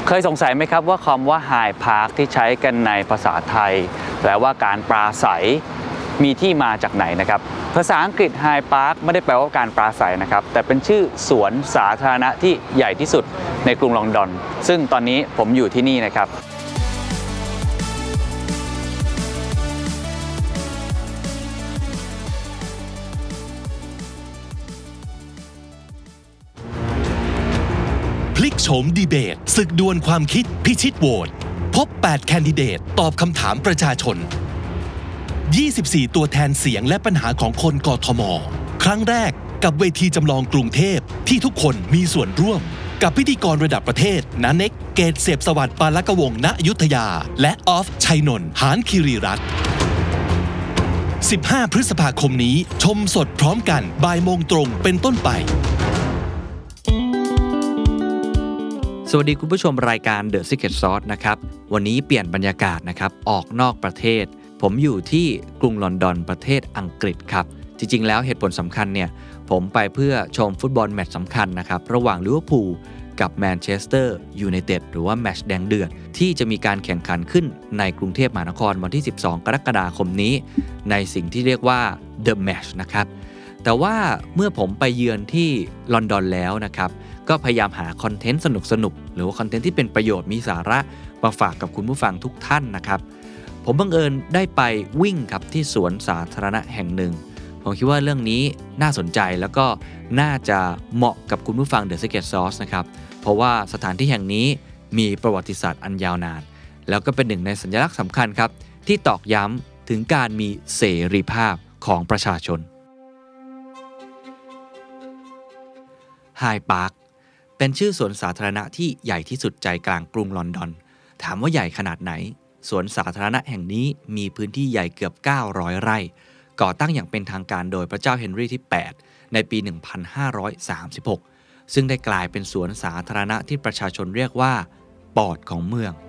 เคยสงสัยไหมครับว่าคำว่า Hyde Park ที่ใช้กันในภาษาไทยแปลว่าการปราศัยมีที่มาจากไหนนะครับภาษาอังกฤษ Hyde Park ไม่ได้แปลว่าการปราศัยนะครับแต่เป็นชื่อสวนสาธารณะที่ใหญ่ที่สุดในกรุงลอนดอนซึ่งตอนนี้ผมอยู่ที่นี่นะครับพลิกโฉมดีเบตศึกดวลความคิดพิชิตโหวตพบ8แคนดิเดตตอบคำถามประชาชน24ตัวแทนเสียงและปัญหาของคนกทมครั้งแรกกับเวทีจำลองกรุงเทพที่ทุกคนมีส่วนร่วมกับพิธีกรระดับประเทศณเน็กเกตเสพสวัสดิ์ปาลกวงศ์ณอยุธยาและออฟชัยนนท์หานคีรีรัตน์15 พฤษภาคมนี้ชมสดพร้อมกันบ่ายโมงตรงเป็นต้นไปสวัสดีคุณผู้ชมรายการ The Secret Sauce นะครับวันนี้เปลี่ยนบรรยากาศนะครับออกนอกประเทศผมอยู่ที่กรุงลอนดอนประเทศอังกฤษครับจริงๆแล้วเหตุผลสำคัญเนี่ยผมไปเพื่อชมฟุตบอลแมตช์สำคัญนะครับระหว่างลิเวอร์พูลกับแมนเชสเตอร์ยูไนเต็ดหรือว่าแมตช์แดงเดือดที่จะมีการแข่งขันขึ้นในกรุงเทพมหานครวันที่12กรกฎาคมนี้ในสิ่งที่เรียกว่า The Match นะครับแต่ว่าเมื่อผมไปเยือนที่ลอนดอนแล้วนะครับก็พยายามหาคอนเทนต์สนุกๆหรือว่าคอนเทนต์ที่เป็นประโยชน์มีสาระมาฝากกับคุณผู้ฟังทุกท่านนะครับผมบังเอิญได้ไปวิ่งครับที่สวนสาธารณะแห่งหนึ่งผมคิดว่าเรื่องนี้น่าสนใจแล้วก็น่าจะเหมาะกับคุณผู้ฟัง The Secret Sauce นะครับเพราะว่าสถานที่แห่งนี้มีประวัติศาสตร์อันยาวนานแล้วก็เป็นหนึ่งในสัญลักษณ์สำคัญครับที่ตอกย้ำถึงการมีเสรีภาพของประชาชน Hyde Park เป็นชื่อสวนสาธารณะที่ใหญ่ที่สุดใจกลางกรุงลอนดอนถามว่าใหญ่ขนาดไหนสวนสาธารณะแห่งนี้มีพื้นที่ใหญ่เกือบ900ไร่ก่อตั้งอย่างเป็นทางการโดยพระเจ้าเฮนรี่ที่8ในปี1536ซึ่งได้กลายเป็นสวนสาธารณะที่ประชาชนเรียกว่าปอดของเมือง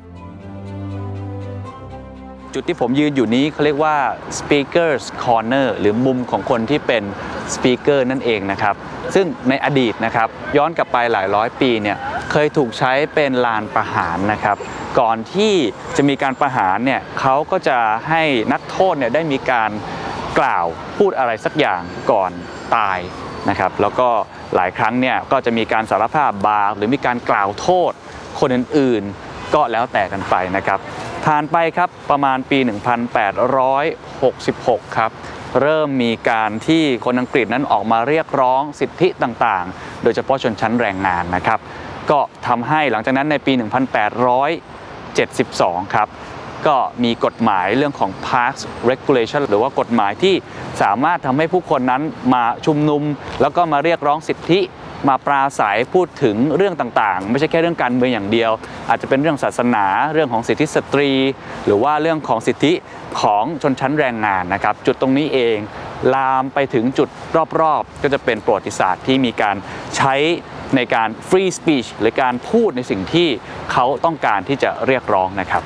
จุดที่ผมยืนอยู่นี้เขาเรียกว่า Speaker's Corner หรือมุมของคนที่เป็น Speaker นั่นเองนะครับซึ่งในอดีตนะครับย้อนกลับไปหลายร้อยปีเนี่ยเคยถูกใช้เป็นลานประหารนะครับก่อนที่จะมีการประหารเนี่ยเขาก็จะให้นักโทษเนี่ยได้มีการกล่าวพูดอะไรสักอย่างก่อนตายนะครับแล้วก็หลายครั้งเนี่ยก็จะมีการสารภาพบาปหรือมีการกล่าวโทษคนอื่นๆก็แล้วแต่กันไปนะครับผ่านไปครับประมาณปี 1866 ครับเริ่มมีการที่คนอังกฤษนั้นออกมาเรียกร้องสิทธิต่างๆโดยเฉพาะชนชั้นแรงงานนะครับก็ทำให้หลังจากนั้นในปี 1872 ครับก็มีกฎหมายเรื่องของ Parks Regulation หรือว่ากฎหมายที่สามารถทำให้ผู้คนนั้นมาชุมนุมแล้วก็มาเรียกร้องสิทธิมาปราศัยพูดถึงเรื่องต่างๆไม่ใช่แค่เรื่องการเมืองอย่างเดียวอาจจะเป็นเรื่องศาสนาเรื่องของสิทธิสตรีหรือว่าเรื่องของสิทธิของชนชั้นแรงงานนะครับจุดตรงนี้เองลามไปถึงจุดรอบๆก็จะเป็นประวัติศาสตร์ที่มีการใช้ในการ free speech หรือการพูดในสิ่งที่เขาต้องการที่จะเรียกร้องนะครับ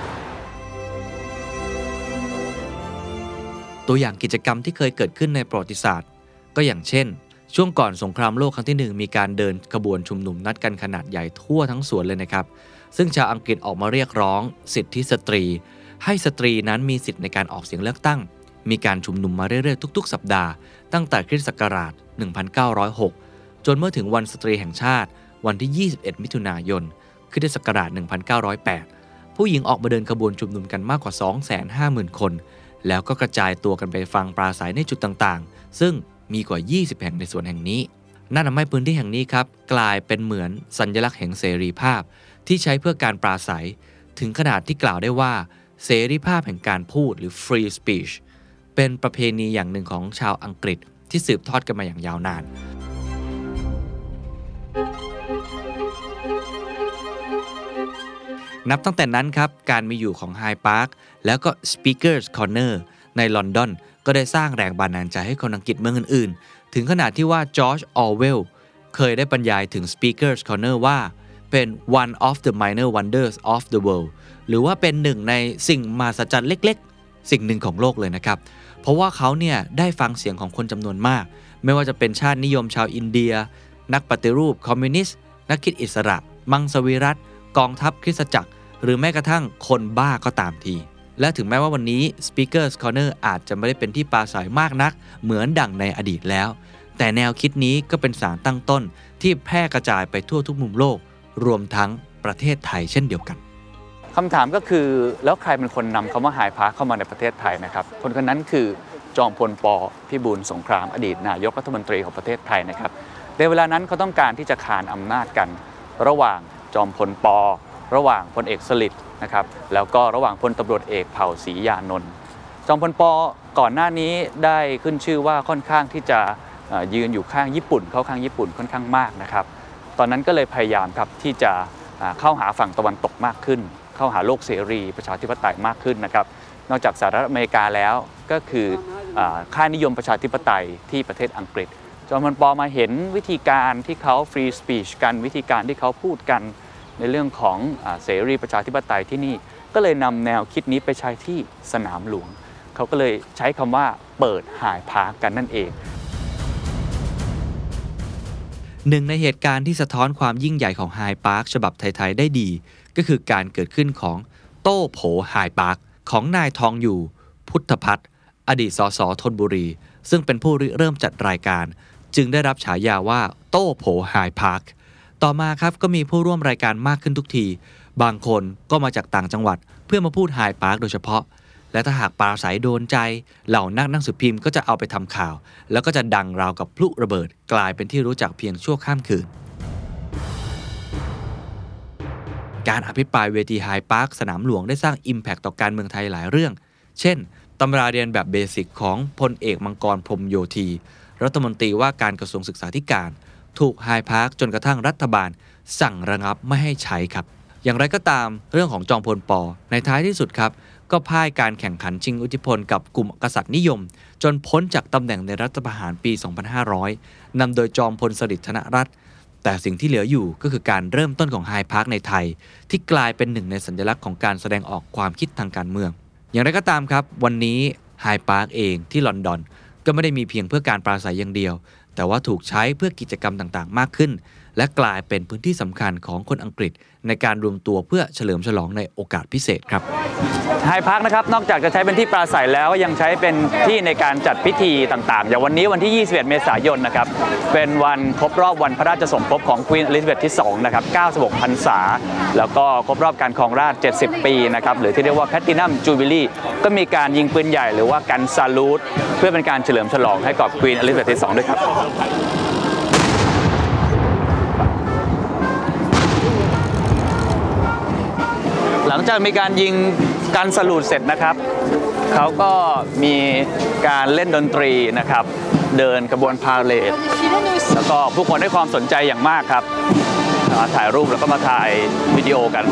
ตัวอย่างกิจกรรมที่เคยเกิดขึ้นในประวัติศาสตร์ก็อย่างเช่นช่วงก่อนสงครามโลกครั้งที่1มีการเดินขบวนชุมนุมนัดกันขนาดใหญ่ทั่วทั้งสวนเลยนะครับซึ่งชาวอังกฤษออกมาเรียกร้องสิทธิสตรีให้สตรีนั้นมีสิทธิในการออกเสียงเลือกตั้งมีการชุมนุมมาเรื่อยๆทุกๆสัปดาห์ตั้งแต่คริสต์ศักราช 1906 จนเมื่อถึงวันสตรีแห่งชาติวันที่ 21 มิถุนายน คริสตศักราช 1908 ผู้หญิงออกมาเดินขบวนชุมนุมกันมากกว่า 250,000 คนแล้วก็กระจายตัวกันไปฟังปราศรัยในจุดต่างๆซึ่งมีกว่า20แห่งในสวนแห่งนี้นั่นทำให้พื้นที่แห่งนี้ครับกลายเป็นเหมือนสัญลักษณ์แห่งเสรีภาพที่ใช้เพื่อการปราศัยถึงขนาดที่กล่าวได้ว่าเสรีภาพแห่งการพูดหรือ free speech เป็นประเพณีอย่างหนึ่งของชาวอังกฤษที่สืบทอดกันมาอย่างยาวนานนับตั้งแต่นั้นครับการมีอยู่ของ Hyde Park แล้วก็ Speaker's Corner ในลอนดอนก็ได้สร้างแรงบันดาลใจให้คนอังกฤษเมืองอื่นๆถึงขนาดที่ว่าจอร์จออร์เวลล์เคยได้บรรยายถึง Speaker's Corner ว่าเป็น one of the minor wonders of the world หรือว่าเป็นหนึ่งในสิ่งมหัศจรรย์เล็กๆสิ่งหนึ่งของโลกเลยนะครับเพราะว่าเขาเนี่ยได้ฟังเสียงของคนจำนวนมากไม่ว่าจะเป็นชาตินิยมชาวอินเดียนักปฏิรูปคอมมิวนิสต์นักคิดอิสระมังสวิรัติกองทัพคริสตจักรหรือแม้กระทั่งคนบ้าก็ตามทีและถึงแม้ว่าวันนี้ Speakers Corner อาจจะไม่ได้เป็นที่ปราศัยมากนักเหมือนดั่งในอดีตแล้วแต่แนวคิดนี้ก็เป็นสารตั้งต้นที่แพร่กระจายไปทั่วทุกมุมโลกรวมทั้งประเทศไทยเช่นเดียวกันคำถามก็คือแล้วใครเป็นคนนำคำว่าไฮพาร์คเข้ามาในประเทศไทยนะครับคนนั้นคือจอมพลป.พิบูลสงครามอดีตนายกรัฐมนตรีของประเทศไทยนะครับในเวลานั้นเขาต้องการที่จะขานอำนาจกันระหว่างจอมพลป.ระหว่างพลเอกสฤษดิ์นะครับแล้วก็ระหว่างพลตำรวจเอกเผ่าศรียานนท์จอมพลป.ก่อนหน้านี้ได้ขึ้นชื่อว่าค่อนข้างที่จะยืนอยู่ข้างญี่ปุ่นเข้าข้างญี่ปุ่นค่อนข้างมากนะครับตอนนั้นก็เลยพยายามครับที่จะเข้าหาฝั่งตะวันตกมากขึ้นเข้าหาโลกเสรีประชาธิปไตยมากขึ้นนะครับนอกจากสหรัฐอเมริกาแล้วก็คือค่านิยมประชาธิปไตยที่ประเทศอังกฤษจอมพลป.มาเห็นวิธีการที่เขาฟรีสปีชกันวิธีการที่เขาพูดกันในเรื่องของเสรีประชาธิปไตยที่นี่ก็เลยนำแนวคิดนี้ไปใช้ที่สนามหลวงเขาก็เลยใช้คำว่าเปิดไฮพาร์คกันนั่นเองหนึ่งในเหตุการณ์ที่สะท้อนความยิ่งใหญ่ของไฮพาร์คฉบับไทยๆได้ดีก็คือการเกิดขึ้นของโต้โผไฮพาร์คของนายทองอยู่พุทธพัฒน์อดีตสสธนบุรีซึ่งเป็นผู้ริเริ่มจัดรายการจึงได้รับฉายาว่าโต้โผไฮพาร์คต่อมาครับก็มีผู้ร่วมรายการมากขึ้นทุกทีบางคนก็มาจากต่างจังหวัดเพื่อมาพูดไฮพาร์คโดยเฉพาะและถ้าหากปราศัยโดนใจเหล่านักหนังสือพิมพ์ก็จะเอาไปทำข่าวแล้วก็จะดังราวกับพลุระเบิดกลายเป็นที่รู้จักเพียงชั่วข้ามคืนการอภิปรายเวทีไฮพาร์คสนามหลวงได้สร้าง Impact ต่อการเมืองไทยหลายเรื่องเช่นตำราเรียนแบบเบสิกของพลเอกมังกรพรหมโยธีรัฐมนตรีว่าการกระทรวงศึกษาธิการถูกไฮพาร์คจนกระทั่งรัฐบาลสั่งระงับไม่ให้ใช้ครับอย่างไรก็ตามเรื่องของจอมพลป.ในท้ายที่สุดครับก็พ่ายการแข่งขันชิงอิทธิพลกับกลุ่มกษัตริย์นิยมจนพ้นจากตำแหน่งในรัฐประหารปี 2500 นำโดยจอมพลสฤษดิ์ธนรัตน์แต่สิ่งที่เหลืออยู่ก็คือการเริ่มต้นของไฮพาร์คในไทยที่กลายเป็นหนึ่งในสัญลักษณ์ของการแสดงออกความคิดทางการเมืองอย่างไรก็ตามครับวันนี้ไฮพาร์คเองที่ลอนดอนก็ไม่ได้มีเพียงเพื่อการปราศัยอย่างเดียวแต่ว่าถูกใช้เพื่อกิจกรรมต่างๆมากขึ้นและกลายเป็นพื้นที่สำคัญของคนอังกฤษในการรวมตัวเพื่อเฉลิมฉลองในโอกาสพิเศษครับไฮพาร์คนะครับนอกจากจะใช้เป็นที่ปราศัยแล้วยังใช้เป็นที่ในการจัดพิธีต่างๆอย่างวันนี้วันที่ 21 เมษายนนะครับเป็นวันครบรอบวันพระราชสมภพของควีนอลิซาเบธที่ 2 นะครับ 96 พรรษาแล้วก็ครบรอบการครองราชย์ 70 ปีนะครับหรือที่เรียกว่าแพลตินัมจูบิลีก็มีการยิงปืนใหญ่หรือว่าการซาลูทเพื่อเป็นการเฉลิมฉลองให้กับควีนอลิซาเบธที่ 2 ด้วยครับหลังจากมีการยิงการสลูดเสร็จนะครับเขาก็มีการเล่นดนตรีนะครับเดินขบวนพาเหรดแล้วก็ผู้คนให้ความสนใจอย่างมากครับมาถ่ายรูปแล้วก็มาถ่ายวิดีโอกัน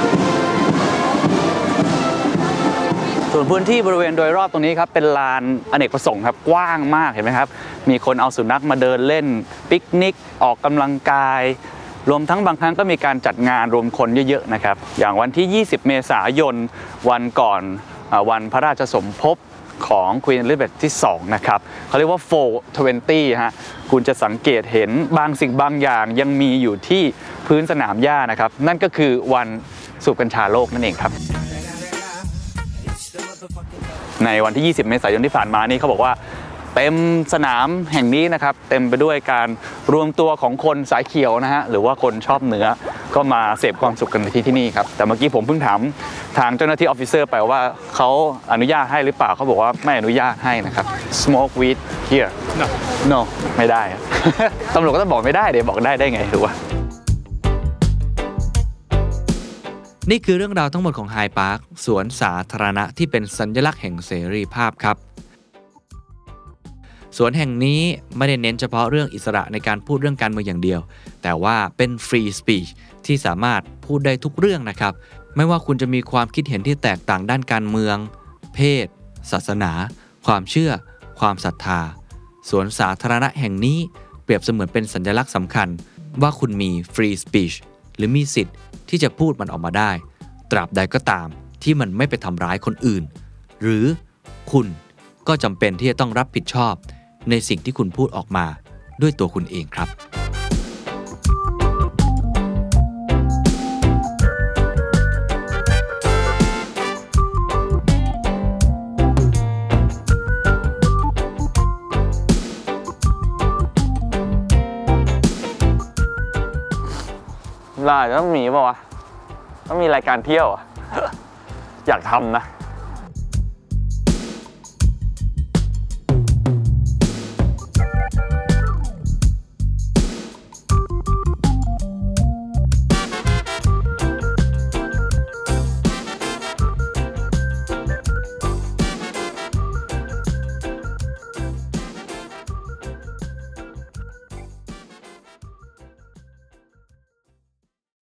ส่วนพื้นที่บริเวณโดยรอบตรงนี้ครับเป็นลานอเนกประสงค์ครับกว้างมากเห็นไหมครับมีคนเอาสุนัขมาเดินเล่นปิกนิกออกกำลังกายรวมทั้งบางครั้งก็มีการจัดงานรวมคนเยอะๆนะครับอย่างวันที่ 20 เมษายนวันก่อนวันพระราชสมภพของควีนอลิซาเบธที่ 2 นะครับเขาเรียกว่า420ฮะคุณจะสังเกตเห็นบางสิ่งบางอย่างยังมีอยู่ที่พื้นสนามหญ้านะครับนั่นก็คือวันสูบกัญชาโลกนั่นเองครับในวันที่ 20 เมษายนที่ผ่านมานี่เขาบอกว่าเต็มสนามแห่งนี้นะครับเต็มไปด้วยการรวมตัวของคนสายเขียวนะฮะหรือว่าคนชอบเนื้อก็มาเสพความสุขกันที่นี่ครับแต่เมื่อกี้ผมเพิ่งถามทางเจ้าหน้าที่ออฟฟิเซอร์ไปว่าเขาอนุญาตให้หรือเปล่าเขาบอกว่าไม่อนุญาตให้นะครับ smoke weed here no ไม่ได้ ตำรวจก็ต้องบอกไม่ได้เดี๋ยวบอกได้ไงถูกป่ะนี่คือเรื่องราวทั้งหมดของไฮพาร์คสวนสาธารณะที่เป็นสัญลักษณ์แห่งเสรีภาพครับสวนแห่งนี้ไม่ได้เน้นเฉพาะเรื่องอิสระในการพูดเรื่องการเมืองอย่างเดียวแต่ว่าเป็นฟรีสปีชที่สามารถพูดได้ทุกเรื่องนะครับไม่ว่าคุณจะมีความคิดเห็นที่แตกต่างด้านการเมืองเพศศาสนาความเชื่อความศรัทธาสวนสาธารณะแห่งนี้เปรียบเสมือนเป็นสัญลักษณ์สำคัญว่าคุณมีฟรีสปีชหรือมีสิทธิ์ที่จะพูดมันออกมาได้ตราบใดก็ตามที่มันไม่ไปทำร้ายคนอื่นหรือคุณก็จำเป็นที่จะต้องรับผิดชอบในสิ่งที่คุณพูดออกมาด้วยตัวคุณเองครับเราอาจจะต้องมีป่าวะต้องมีรายการเที่ยวอะ อยากทำนะ